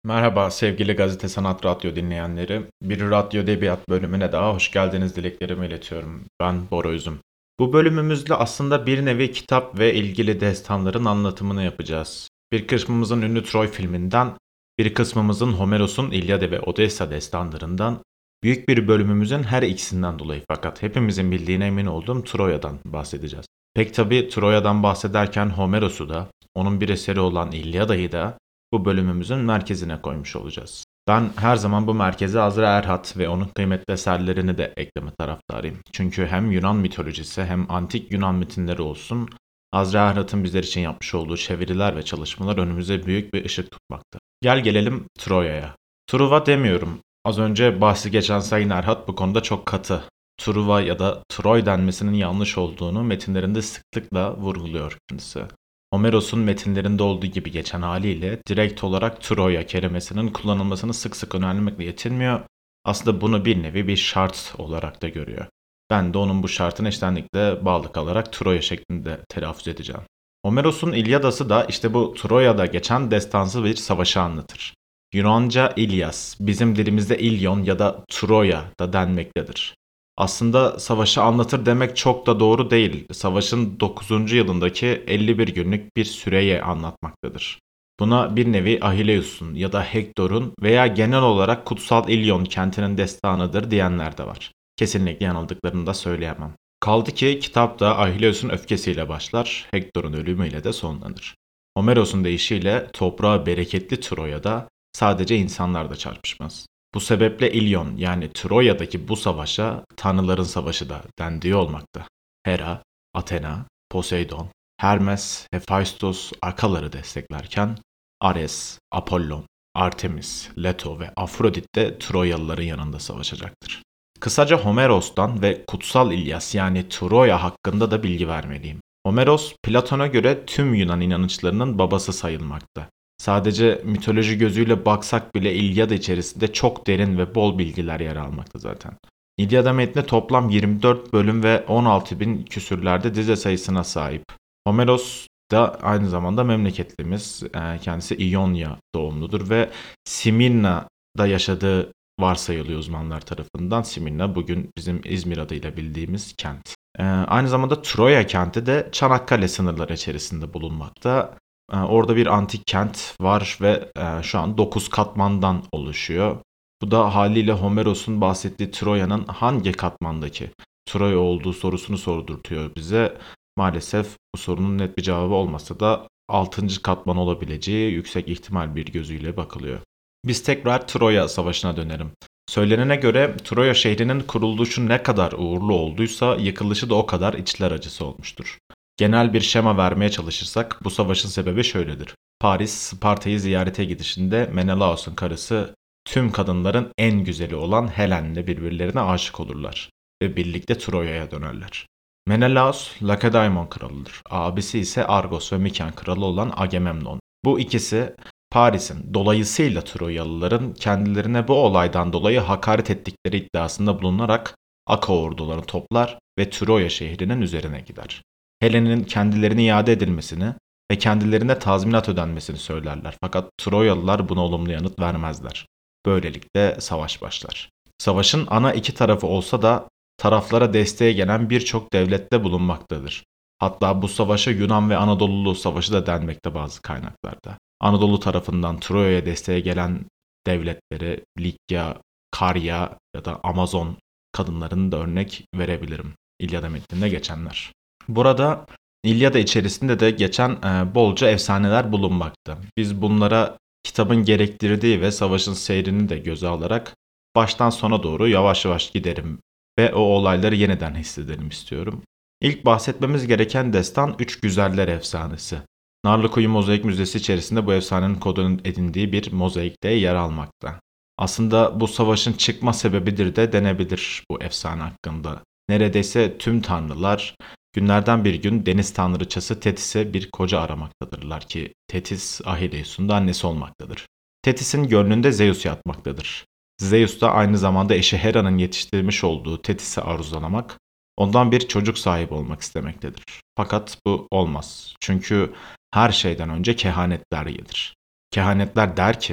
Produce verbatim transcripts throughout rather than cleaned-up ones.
Merhaba sevgili Gazete Sanat Radyo dinleyenleri. Bir radyo edebiyat bölümüne daha hoş geldiniz dileklerimi iletiyorum. Ben Bora Üzüm. Bu bölümümüzde aslında bir nevi kitap ve ilgili destanların anlatımını yapacağız. Bir kısmımızın ünlü Troy filminden, bir kısmımızın Homeros'un İlyada ve Odessa destanlarından, büyük bir bölümümüzün her ikisinden dolayı fakat hepimizin bildiğine emin olduğum Troya'dan bahsedeceğiz. Pek tabii Troya'dan bahsederken Homeros'u da, onun bir eseri olan İlyada'yı da bu bölümümüzün merkezine koymuş olacağız. Ben her zaman bu merkeze Azra Erhat ve onun kıymetli eserlerini de ekleme taraftarıyım. Çünkü hem Yunan mitolojisi hem antik Yunan metinleri olsun, Azra Erhat'ın bizler için yapmış olduğu çeviriler ve çalışmalar önümüze büyük bir ışık tutmakta. Gel gelelim Troya'ya. Truva demiyorum. Az önce bahsi geçen Sayın Erhat bu konuda çok katı. Truva ya da Troy denmesinin yanlış olduğunu metinlerinde sıklıkla vurguluyor kendisi. Homeros'un metinlerinde olduğu gibi geçen haliyle direkt olarak Troya kelimesinin kullanılmasını sık sık önermekle yetinmiyor. Aslında bunu bir nevi bir şart olarak da görüyor. Ben de onun bu şartına içtenlikle bağlı kalarak Troya şeklinde telaffuz edeceğim. Homeros'un İlyadası da işte bu Troya'da geçen destansı bir savaşı anlatır. Yunanca İlyas, bizim dilimizde İlyon ya da Troya da denmektedir. Aslında savaşı anlatır demek çok da doğru değil. Savaşın dokuzuncu yılındaki elli bir günlük bir süreyi anlatmaktadır. Buna bir nevi Ahilleus'un ya da Hektor'un veya genel olarak Kutsal İlyon kentinin destanıdır diyenler de var. Kesinlikle yanıldıklarını da söyleyemem. Kaldı ki kitap da Ahilleus'un öfkesiyle başlar, Hektor'un ölümüyle de sonlanır. Homeros'un deyişiyle toprağa bereketli Troya'da sadece insanlar da çarpışmaz. Bu sebeple İlyon yani Troya'daki bu savaşa tanrıların savaşı da dendiği olmakta. Hera, Athena, Poseidon, Hermes, Hephaistos arkaları desteklerken Ares, Apollon, Artemis, Leto ve Afrodit de Troyalıların yanında savaşacaktır. Kısaca Homeros'tan ve Kutsal İlyas yani Troya hakkında da bilgi vermeliyim. Homeros, Platon'a göre tüm Yunan inanışlarının babası sayılmakta. Sadece mitoloji gözüyle baksak bile İlyada içerisinde çok derin ve bol bilgiler yer almakta zaten. İlyada metni toplam yirmi dört bölüm ve on altı bin küsürlerde dize sayısına sahip. Homeros da aynı zamanda memleketlimiz. Kendisi İonya doğumludur ve Simirna'da yaşadığı varsayılıyor uzmanlar tarafından. Simirna bugün bizim İzmir adıyla bildiğimiz kent. Aynı zamanda Troya kenti de Çanakkale sınırları içerisinde bulunmakta. Orada bir antik kent var ve şu an dokuz katmandan oluşuyor. Bu da haliyle Homeros'un bahsettiği Troya'nın hangi katmandaki Troya olduğu sorusunu sordurtuyor bize. Maalesef bu sorunun net bir cevabı olmasa da altıncı katman olabileceği yüksek ihtimal bir gözüyle bakılıyor. Biz tekrar Troya Savaşı'na dönelim. Söylenene göre Troya şehrinin kuruluşu ne kadar uğurlu olduysa yıkılışı da o kadar içler acısı olmuştur. Genel bir şema vermeye çalışırsak bu savaşın sebebi şöyledir. Paris, Sparta'yı ziyarete gidişinde Menelaos'un karısı tüm kadınların en güzeli olan Helen'le birbirlerine aşık olurlar ve birlikte Troya'ya dönerler. Menelaos, Lakedaimon kralıdır. Abisi ise Argos ve Miken kralı olan Agamemnon. Bu ikisi Paris'in dolayısıyla Troyalıların kendilerine bu olaydan dolayı hakaret ettikleri iddiasında bulunarak Aka ordularını toplar ve Troya şehrinin üzerine gider. Helen'in kendilerine iade edilmesini ve kendilerine tazminat ödenmesini söylerler. Fakat Troyalılar buna olumlu yanıt vermezler. Böylelikle savaş başlar. Savaşın ana iki tarafı olsa da taraflara desteğe gelen birçok devlette bulunmaktadır. Hatta bu savaşa Yunan ve Anadolulu Savaşı da denmekte bazı kaynaklarda. Anadolu tarafından Troya'ya desteğe gelen devletleri Likya, Karya ya da Amazon kadınlarını da örnek verebilirim. İlyada metninde geçenler. Burada İlyada içerisinde de geçen e, bolca efsaneler bulunmakta. Biz bunlara kitabın gerektirdiği ve savaşın seyrini de göze alarak baştan sona doğru yavaş yavaş giderim ve o olayları yeniden hissedelim istiyorum. İlk bahsetmemiz gereken destan Üç Güzeller Efsanesi. Narlıkuyu Mozaik Müzesi içerisinde bu efsanenin kodunun edindiği bir mozaikte yer almakta. Aslında bu savaşın çıkma sebebidir de denebilir bu efsane hakkında. Neredeyse tüm tanrılar günlerden bir gün deniz tanrıçası Tetis'e bir koca aramaktadırlar ki Tetis Ahilleus'un da annesi olmaktadır. Tetis'in gönlünde Zeus yatmaktadır. Zeus da aynı zamanda eşi Hera'nın yetiştirmiş olduğu Tetis'i arzulamak, ondan bir çocuk sahibi olmak istemektedir. Fakat bu olmaz. Çünkü her şeyden önce kehanetler gelir. Kehanetler der ki,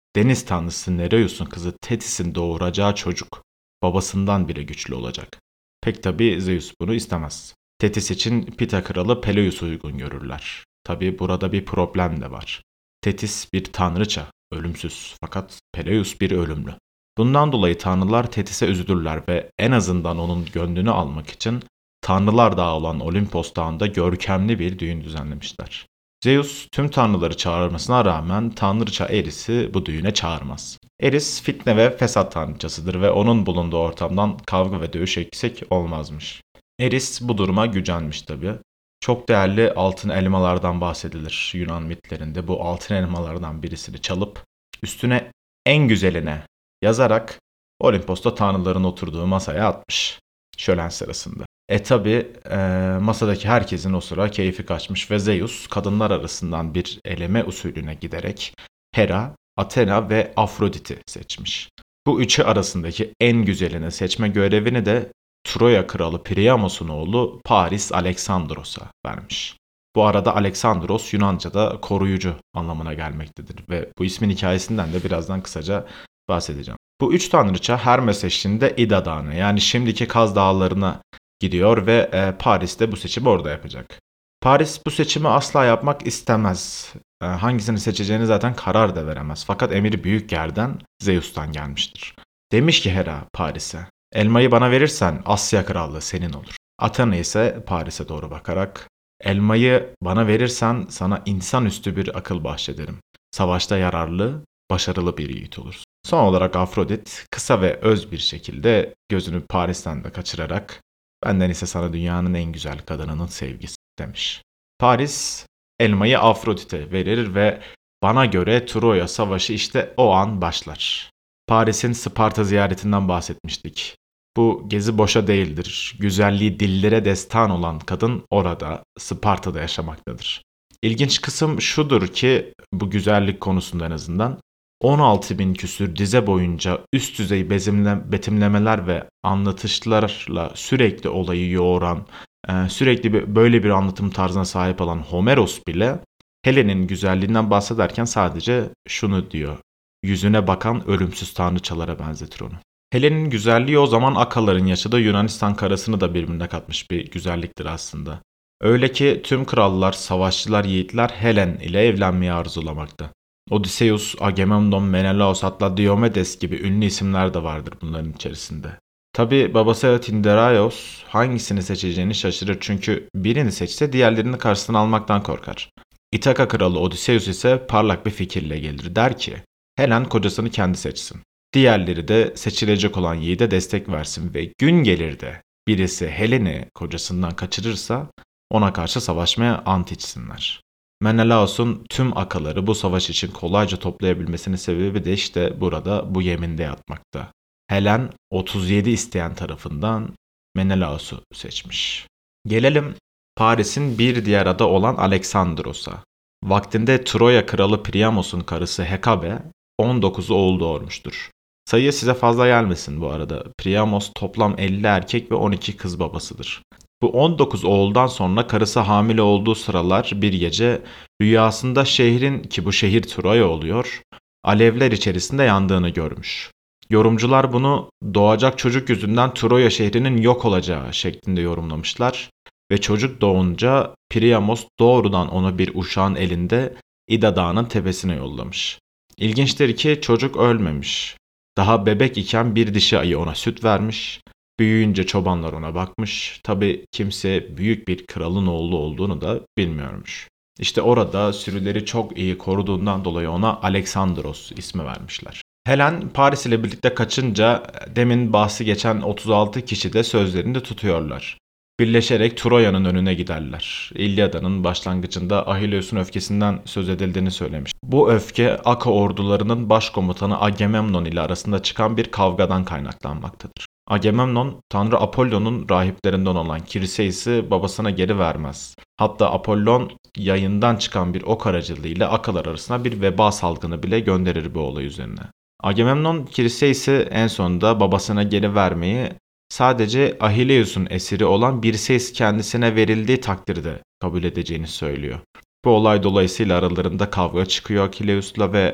Deniz tanrısı Nereus'un kızı Thetis'in doğuracağı çocuk babasından bile güçlü olacak. Pek tabi Zeus bunu istemez. Thetis için Pita kralı Peleus'u uygun görürler. Tabi burada bir problem de var. Thetis bir tanrıça, ölümsüz, fakat Peleus bir ölümlü. Bundan dolayı tanrılar Thetis'e üzülürler ve en azından onun gönlünü almak için Tanrılar Dağı olan Olimpos Dağı'nda görkemli bir düğün düzenlemişler. Zeus tüm tanrıları çağırmasına rağmen tanrıça Eris'i bu düğüne çağırmaz. Eris fitne ve fesat tanrıçasıdır ve onun bulunduğu ortamdan kavga ve dövüş eksik olmazmış. Eris bu duruma gücenmiş tabi. Çok değerli altın elmalardan bahsedilir Yunan mitlerinde. Bu altın elmalardan birisini çalıp üstüne en güzeline yazarak Olimpos'ta tanrıların oturduğu masaya atmış şölen sırasında. E tabi e, masadaki herkesin o sıra keyfi kaçmış ve Zeus kadınlar arasından bir eleme usulüne giderek Hera, Athena ve Afrodit'i seçmiş. Bu üçü arasındaki en güzelini seçme görevini de Troya kralı Priamos'un oğlu Paris Aleksandros'a vermiş. Bu arada Aleksandros Yunanca'da koruyucu anlamına gelmektedir ve bu ismin hikayesinden de birazdan kısaca bahsedeceğim. Bu üç tanrıça Hermes eşliğinde İda Dağı'na, yani şimdiki Kaz Dağları'na gidiyor ve e, Paris de bu seçimi orada yapacak. Paris bu seçimi asla yapmak istemez. E, hangisini seçeceğini zaten karar da veremez. Fakat emir büyük yerden, Zeus'tan gelmiştir. Demiş ki Hera Paris'e, elmayı bana verirsen Asya krallığı senin olur. Athena ise Paris'e doğru bakarak, elmayı bana verirsen sana insanüstü bir akıl bahşederim. Savaşta yararlı, başarılı bir yiğit olursun. Son olarak Afrodit kısa ve öz bir şekilde gözünü Paris'ten de kaçırarak, benden ise sana dünyanın en güzel kadınının sevgisi demiş. Paris elmayı Afrodit'e verir ve bana göre Troya Savaşı işte o an başlar. Paris'in Sparta ziyaretinden bahsetmiştik. Bu gezi boşa değildir. Güzelliği dillere destan olan kadın orada, Sparta'da yaşamaktadır. İlginç kısım şudur ki, bu güzellik konusunda en azından, on altı bin küsür dize boyunca üst düzey bezimle, betimlemeler ve anlatışlarla sürekli olayı yoğuran, e, sürekli bir, böyle bir anlatım tarzına sahip olan Homeros bile Helen'in güzelliğinden bahsederken sadece şunu diyor: yüzüne bakan ölümsüz tanrıçalara benzetir onu. Helen'in güzelliği o zaman Akaların yaşadığı Yunanistan karasını da birbirine katmış bir güzelliktir aslında. Öyle ki tüm krallar, savaşçılar, yiğitler Helen ile evlenmeyi arzulamakta. Odysseus, Agamemnon, Menelaos, hatta Diomedes gibi ünlü isimler de vardır bunların içerisinde. Tabi babası Tindarios hangisini seçeceğini şaşırır, çünkü birini seçse diğerlerini karşısına almaktan korkar. İthaka kralı Odysseus ise parlak bir fikirle gelir, der ki Helen kocasını kendi seçsin. Diğerleri de seçilecek olan yiğide destek versin ve gün gelir de birisi Helen'i kocasından kaçırırsa ona karşı savaşmaya ant içsinler. Menelaos'un tüm akaları bu savaş için kolayca toplayabilmesinin sebebi de işte burada bu yeminde yatmakta. Helen otuz yedi isteyen tarafından Menelaos'u seçmiş. Gelelim Paris'in bir diğer adı olan Aleksandros'a. Vaktinde Troya kralı Priamos'un karısı Hekabe on dokuz oğul doğurmuştur. Sayı size fazla gelmesin bu arada. Priamos toplam elli erkek ve on iki kız babasıdır. Bu on dokuz oğuldan sonra karısı hamile olduğu sıralar bir gece rüyasında şehrin, ki bu şehir Troya oluyor, alevler içerisinde yandığını görmüş. Yorumcular bunu doğacak çocuk yüzünden Troya şehrinin yok olacağı şeklinde yorumlamışlar ve çocuk doğunca Priamos doğrudan onu bir uşağın elinde İda Dağı'nın tepesine yollamış. İlginçtir ki çocuk ölmemiş. Daha bebek iken bir dişi ayı ona süt vermiş. Büyüyünce çobanlar ona bakmış. Tabi kimse büyük bir kralın oğlu olduğunu da bilmiyormuş. İşte orada sürüleri çok iyi koruduğundan dolayı ona Aleksandros ismi vermişler. Helen Paris ile birlikte kaçınca demin bahsi geçen otuz altı kişi de sözlerini tutuyorlar. Birleşerek Troya'nın önüne giderler. İlyada'nın başlangıcında Ahilleus'un öfkesinden söz edildiğini söylemiş. Bu öfke Aka ordularının başkomutanı Agamemnon ile arasında çıkan bir kavgadan kaynaklanmaktadır. Agamemnon, Tanrı Apollon'un rahiplerinden olan Kirseis'i babasına geri vermez. Hatta Apollon yayından çıkan bir ok aracılığıyla Akalar arasına bir veba salgını bile gönderir bu olay üzerine. Agamemnon Kirseis'i en sonunda babasına geri vermeyi sadece Ahilleus'un esiri olan Birseis kendisine verildiği takdirde kabul edeceğini söylüyor. Bu olay dolayısıyla aralarında kavga çıkıyor Ahilleus'la ve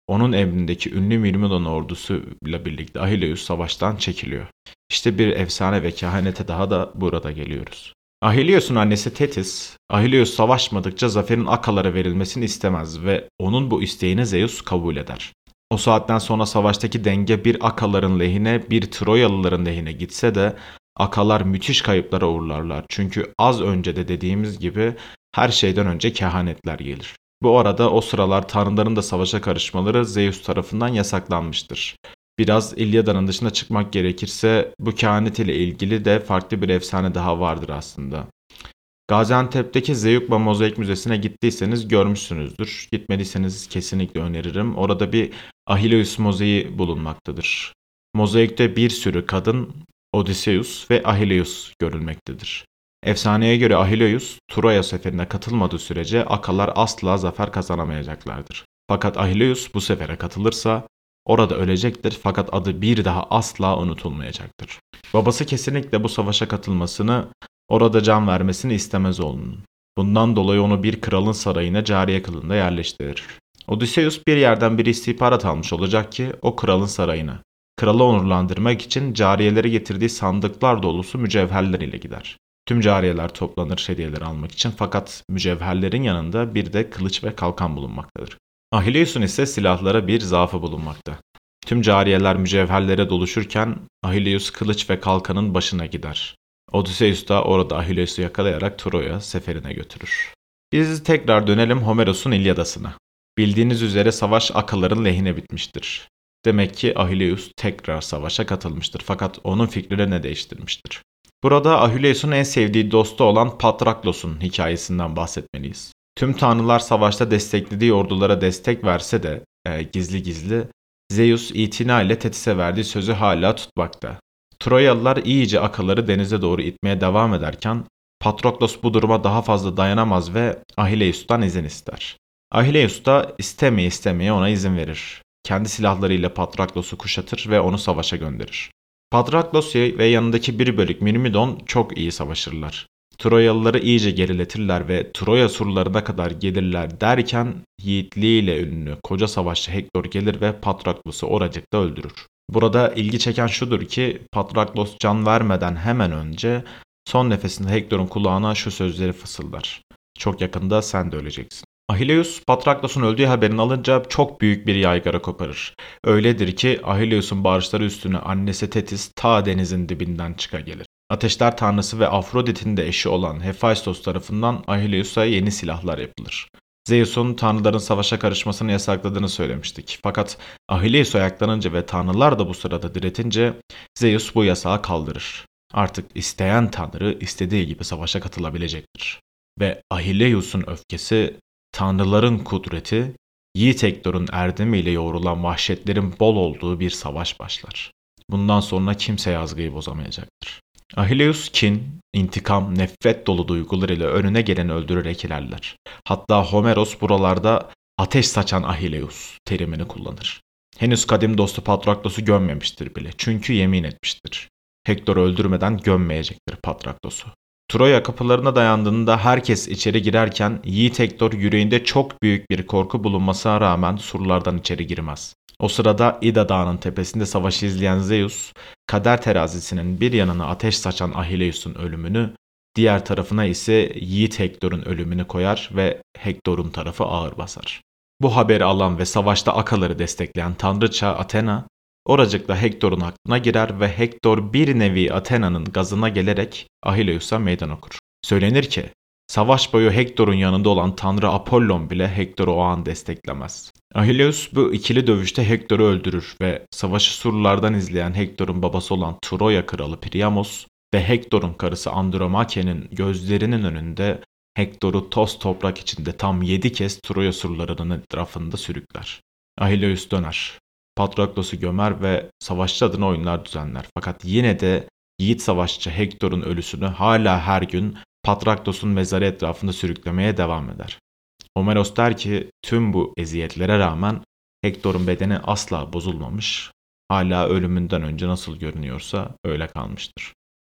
onun emrindeki ünlü Mirmidon ordusuyla birlikte Ahilleus savaştan çekiliyor. İşte bir efsane ve kehanete daha da burada geliyoruz. Ahilleus'un annesi Thetis, Ahilleus savaşmadıkça zaferin Akalara verilmesini istemez ve onun bu isteğini Zeus kabul eder. O saatten sonra savaştaki denge bir Akaların lehine bir Troyalıların lehine gitse de Akalar müthiş kayıplara uğurlarlar. Çünkü az önce de dediğimiz gibi her şeyden önce kehanetler gelir. Bu arada o sıralar tanrıların da savaşa karışmaları Zeus tarafından yasaklanmıştır. Biraz İlyada'nın dışına çıkmak gerekirse bu kehanet ile ilgili de farklı bir efsane daha vardır aslında. Gaziantep'teki Zeugma Mozaik Müzesi'ne gittiyseniz görmüşsünüzdür. Gitmediyseniz kesinlikle öneririm. Orada bir Ahilleus mozaiği bulunmaktadır. Mozaikte bir sürü kadın, Odysseus ve Ahilleus görülmektedir. Efsaneye göre Ahilleus, Troya seferine katılmadığı sürece Akalar asla zafer kazanamayacaklardır. Fakat Ahilleus bu sefere katılırsa orada ölecektir fakat adı bir daha asla unutulmayacaktır. Babası kesinlikle bu savaşa katılmasını, orada can vermesini istemez oğlunun. Bundan dolayı onu bir kralın sarayına cariye kılığında yerleştirir. Odysseus bir yerden bir istihbarat almış olacak ki o kralın sarayına. Kralı onurlandırmak için cariyeleri getirdiği sandıklar dolusu mücevherler ile gider. Tüm cariyeler toplanır hediyeleri almak için fakat mücevherlerin yanında bir de kılıç ve kalkan bulunmaktadır. Ahilleus'un ise silahlara bir zaafı bulunmakta. Tüm cariyeler mücevherlere doluşurken Ahilleus kılıç ve kalkanın başına gider. Odysseus da orada Ahilleus'u yakalayarak Troya seferine götürür. Biz tekrar dönelim Homeros'un İlyadası'na. Bildiğiniz üzere savaş Akaların lehine bitmiştir. Demek ki Ahilleus tekrar savaşa katılmıştır fakat onun fikrini ne değiştirmiştir? Burada Ahilleus'un en sevdiği dostu olan Patraklos'un hikayesinden bahsetmeliyiz. Tüm tanrılar savaşta desteklediği ordulara destek verse de e, gizli gizli Zeus itina ile Thetis'e verdiği sözü hala tutmakta. Troyalılar iyice Akaları denize doğru itmeye devam ederken Patroklos bu duruma daha fazla dayanamaz ve Ahilleus'tan izin ister. Ahilleus da istemeye istemeye ona izin verir. Kendi silahlarıyla Patroklos'u kuşatır ve onu savaşa gönderir. Patraklos ve yanındaki bir bölük Mirmidon çok iyi savaşırlar. Troyalıları iyice geriletirler ve Troya surlarına kadar gelirler derken yiğitliğiyle ünlü koca savaşçı Hektor gelir ve Patraklos'u oracıkta öldürür. Burada ilgi çeken şudur ki Patraklos can vermeden hemen önce son nefesinde Hektor'un kulağına şu sözleri fısıldar. Çok yakında sen de öleceksin. Ahilleus, Patraklos'un öldüğü haberini alınca çok büyük bir yaygara koparır. Öyledir ki Ahilleus'un bağırışları üstüne annesi Thetis ta denizin dibinden çıka gelir. Ateşler tanrısı ve Afrodit'in de eşi olan Hephaistos tarafından Ahilleus'a yeni silahlar yapılır. Zeus'un tanrıların savaşa karışmasını yasakladığını söylemiştik. Fakat Ahilleus ayaklanınca ve tanrılar da bu sırada diretince Zeus bu yasağı kaldırır. Artık isteyen tanrı istediği gibi savaşa katılabilecektir. Ve Ahilleus'un öfkesi, tanrıların kudreti, Yiğit Hektor'un erdemiyle yoğrulan vahşetlerin bol olduğu bir savaş başlar. Bundan sonra kimse yazgıyı bozamayacaktır. Ahilleus kin, intikam, nefret dolu duygularıyla önüne geleni öldürerek ilerler. Hatta Homeros buralarda ateş saçan Ahilleus terimini kullanır. Henüz kadim dostu Patraklos'u gömmemiştir bile çünkü yemin etmiştir. Hektor'u öldürmeden gömmeyecektir Patraklos'u. Troya kapılarına dayandığında herkes içeri girerken Yiğit Hektor yüreğinde çok büyük bir korku bulunmasına rağmen surlardan içeri girmez. O sırada İda Dağı'nın tepesinde savaşı izleyen Zeus, kader terazisinin bir yanına ateş saçan Ahilleus'un ölümünü, diğer tarafına ise Yiğit Hektor'un ölümünü koyar ve Hektor'un tarafı ağır basar. Bu haberi alan ve savaşta Akaları destekleyen tanrıça Athena, oracıkta Hektor'un aklına girer ve Hektor bir nevi Athena'nın gazına gelerek Ahilleus'a meydan okur. Söylenir ki, savaş boyu Hektor'un yanında olan tanrı Apollon bile Hektor'u o an desteklemez. Ahilleus bu ikili dövüşte Hektor'u öldürür ve savaşı surlardan izleyen Hektor'un babası olan Troya kralı Priamos ve Hektor'un karısı Andromache'nin gözlerinin önünde Hektor'u toz toprak içinde tam yedi kez Troya surlarının etrafında sürükler. Ahilleus döner. Patraklos'u gömer ve savaşçı adına oyunlar düzenler. Fakat yine de yiğit savaşçı Hektor'un ölüsünü hala her gün Patraklos'un mezarı etrafında sürüklemeye devam eder. Homeros der ki tüm bu eziyetlere rağmen Hektor'un bedeni asla bozulmamış, hala ölümünden önce nasıl görünüyorsa öyle kalmıştır.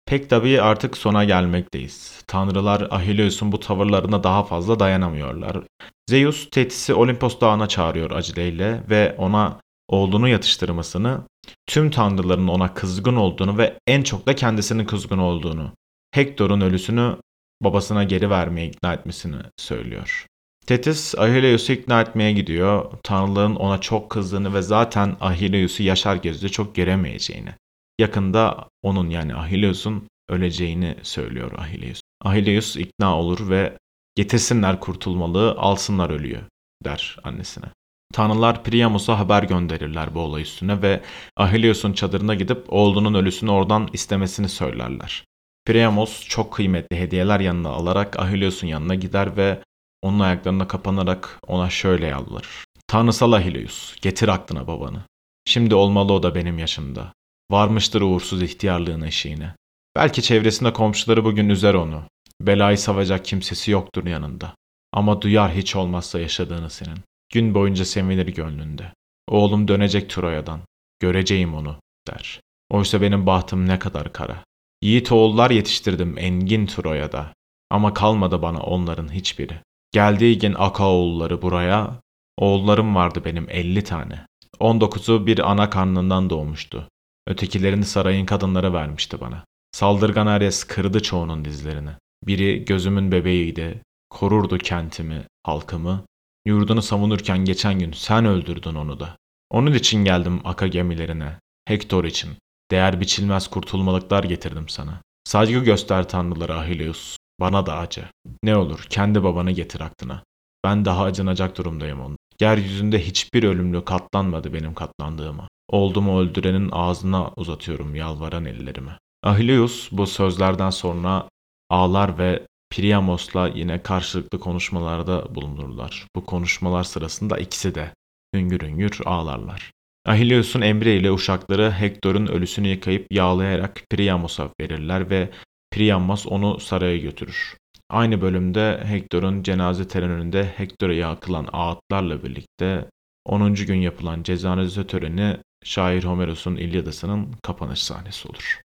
Pek tabii artık sona gelmekteyiz. Tanrılar Ahilleus'un bu tavırlarına daha fazla dayanamıyorlar. Zeus Tetis'i Olimpos Dağı'na çağırıyor aceleyle ve ona oğlunu yatıştırmasını, tüm tanrıların ona kızgın olduğunu ve en çok da kendisinin kızgın olduğunu, Hektor'un ölüsünü babasına geri vermeye ikna etmesini söylüyor. Tetis Ahilleus'u ikna etmeye gidiyor. Tanrıların ona çok kızdığını ve zaten Ahilleus'u yaşar gözle çok göremeyeceğini. Yakında onun yani Ahilleus'un öleceğini söylüyor Ahilleus. Ahilleus ikna olur ve getirsinler kurtulmalı, alsınlar ölüyü der annesine. Tanrılar Priamos'a haber gönderirler bu olay üstüne ve Ahilleus'un çadırına gidip oğlunun ölüsünü oradan istemesini söylerler. Priamos çok kıymetli hediyeler yanına alarak Ahilleus'un yanına gider ve onun ayaklarına kapanarak ona şöyle yalvarır. Tanrısal Ahilleus, getir aklına babanı. Şimdi olmalı o da benim yaşımda. Varmıştır uğursuz ihtiyarlığın eşiğine. Belki çevresinde komşuları bugün üzer onu. Belayı savacak kimsesi yoktur yanında. Ama duyar hiç olmazsa yaşadığını senin. Gün boyunca sevinir gönlünde. Oğlum dönecek Troya'dan. Göreceğim onu der. Oysa benim bahtım ne kadar kara. Yiğit oğullar yetiştirdim engin Troya'da. Ama kalmadı bana onların hiçbiri. Geldiği gün Aka oğulları buraya. Oğullarım vardı benim elli tane. On dokuzu bir ana karnından doğmuştu. Ötekilerini sarayın kadınları vermişti bana. Saldırgan Ares kırdı çoğunun dizlerini. Biri gözümün bebeğiydi. Korurdu kentimi, halkımı. Yurdunu savunurken geçen gün sen öldürdün onu da. Onun için geldim Aka gemilerine. Hektor için. Değer biçilmez kurtulmalıklar getirdim sana. Saygı göster tanrılara Ahilleus. Bana da acı. Ne olur kendi babanı getir aklına. Ben daha acınacak durumdayım onun. Yeryüzünde hiçbir ölümlü katlanmadı benim katlandığıma. Oldumu öldürenin ağzına uzatıyorum yalvaran ellerimi. Ahilleus bu sözlerden sonra ağlar ve Priamos'la yine karşılıklı konuşmalarda bulunurlar. Bu konuşmalar sırasında ikisi de hüngür hüngür ağlarlar. Ahilleus'un emriyle uşakları Hektor'un ölüsünü yıkayıp yağlayarak Priamos'a verirler ve Priamos onu saraya götürür. Aynı bölümde Hektor'un cenaze töreninde Hektor'a yakılan ağıtlarla birlikte onuncu gün yapılan cenaze töreni şair Homeros'un İlyadası'nın kapanış sahnesi olur.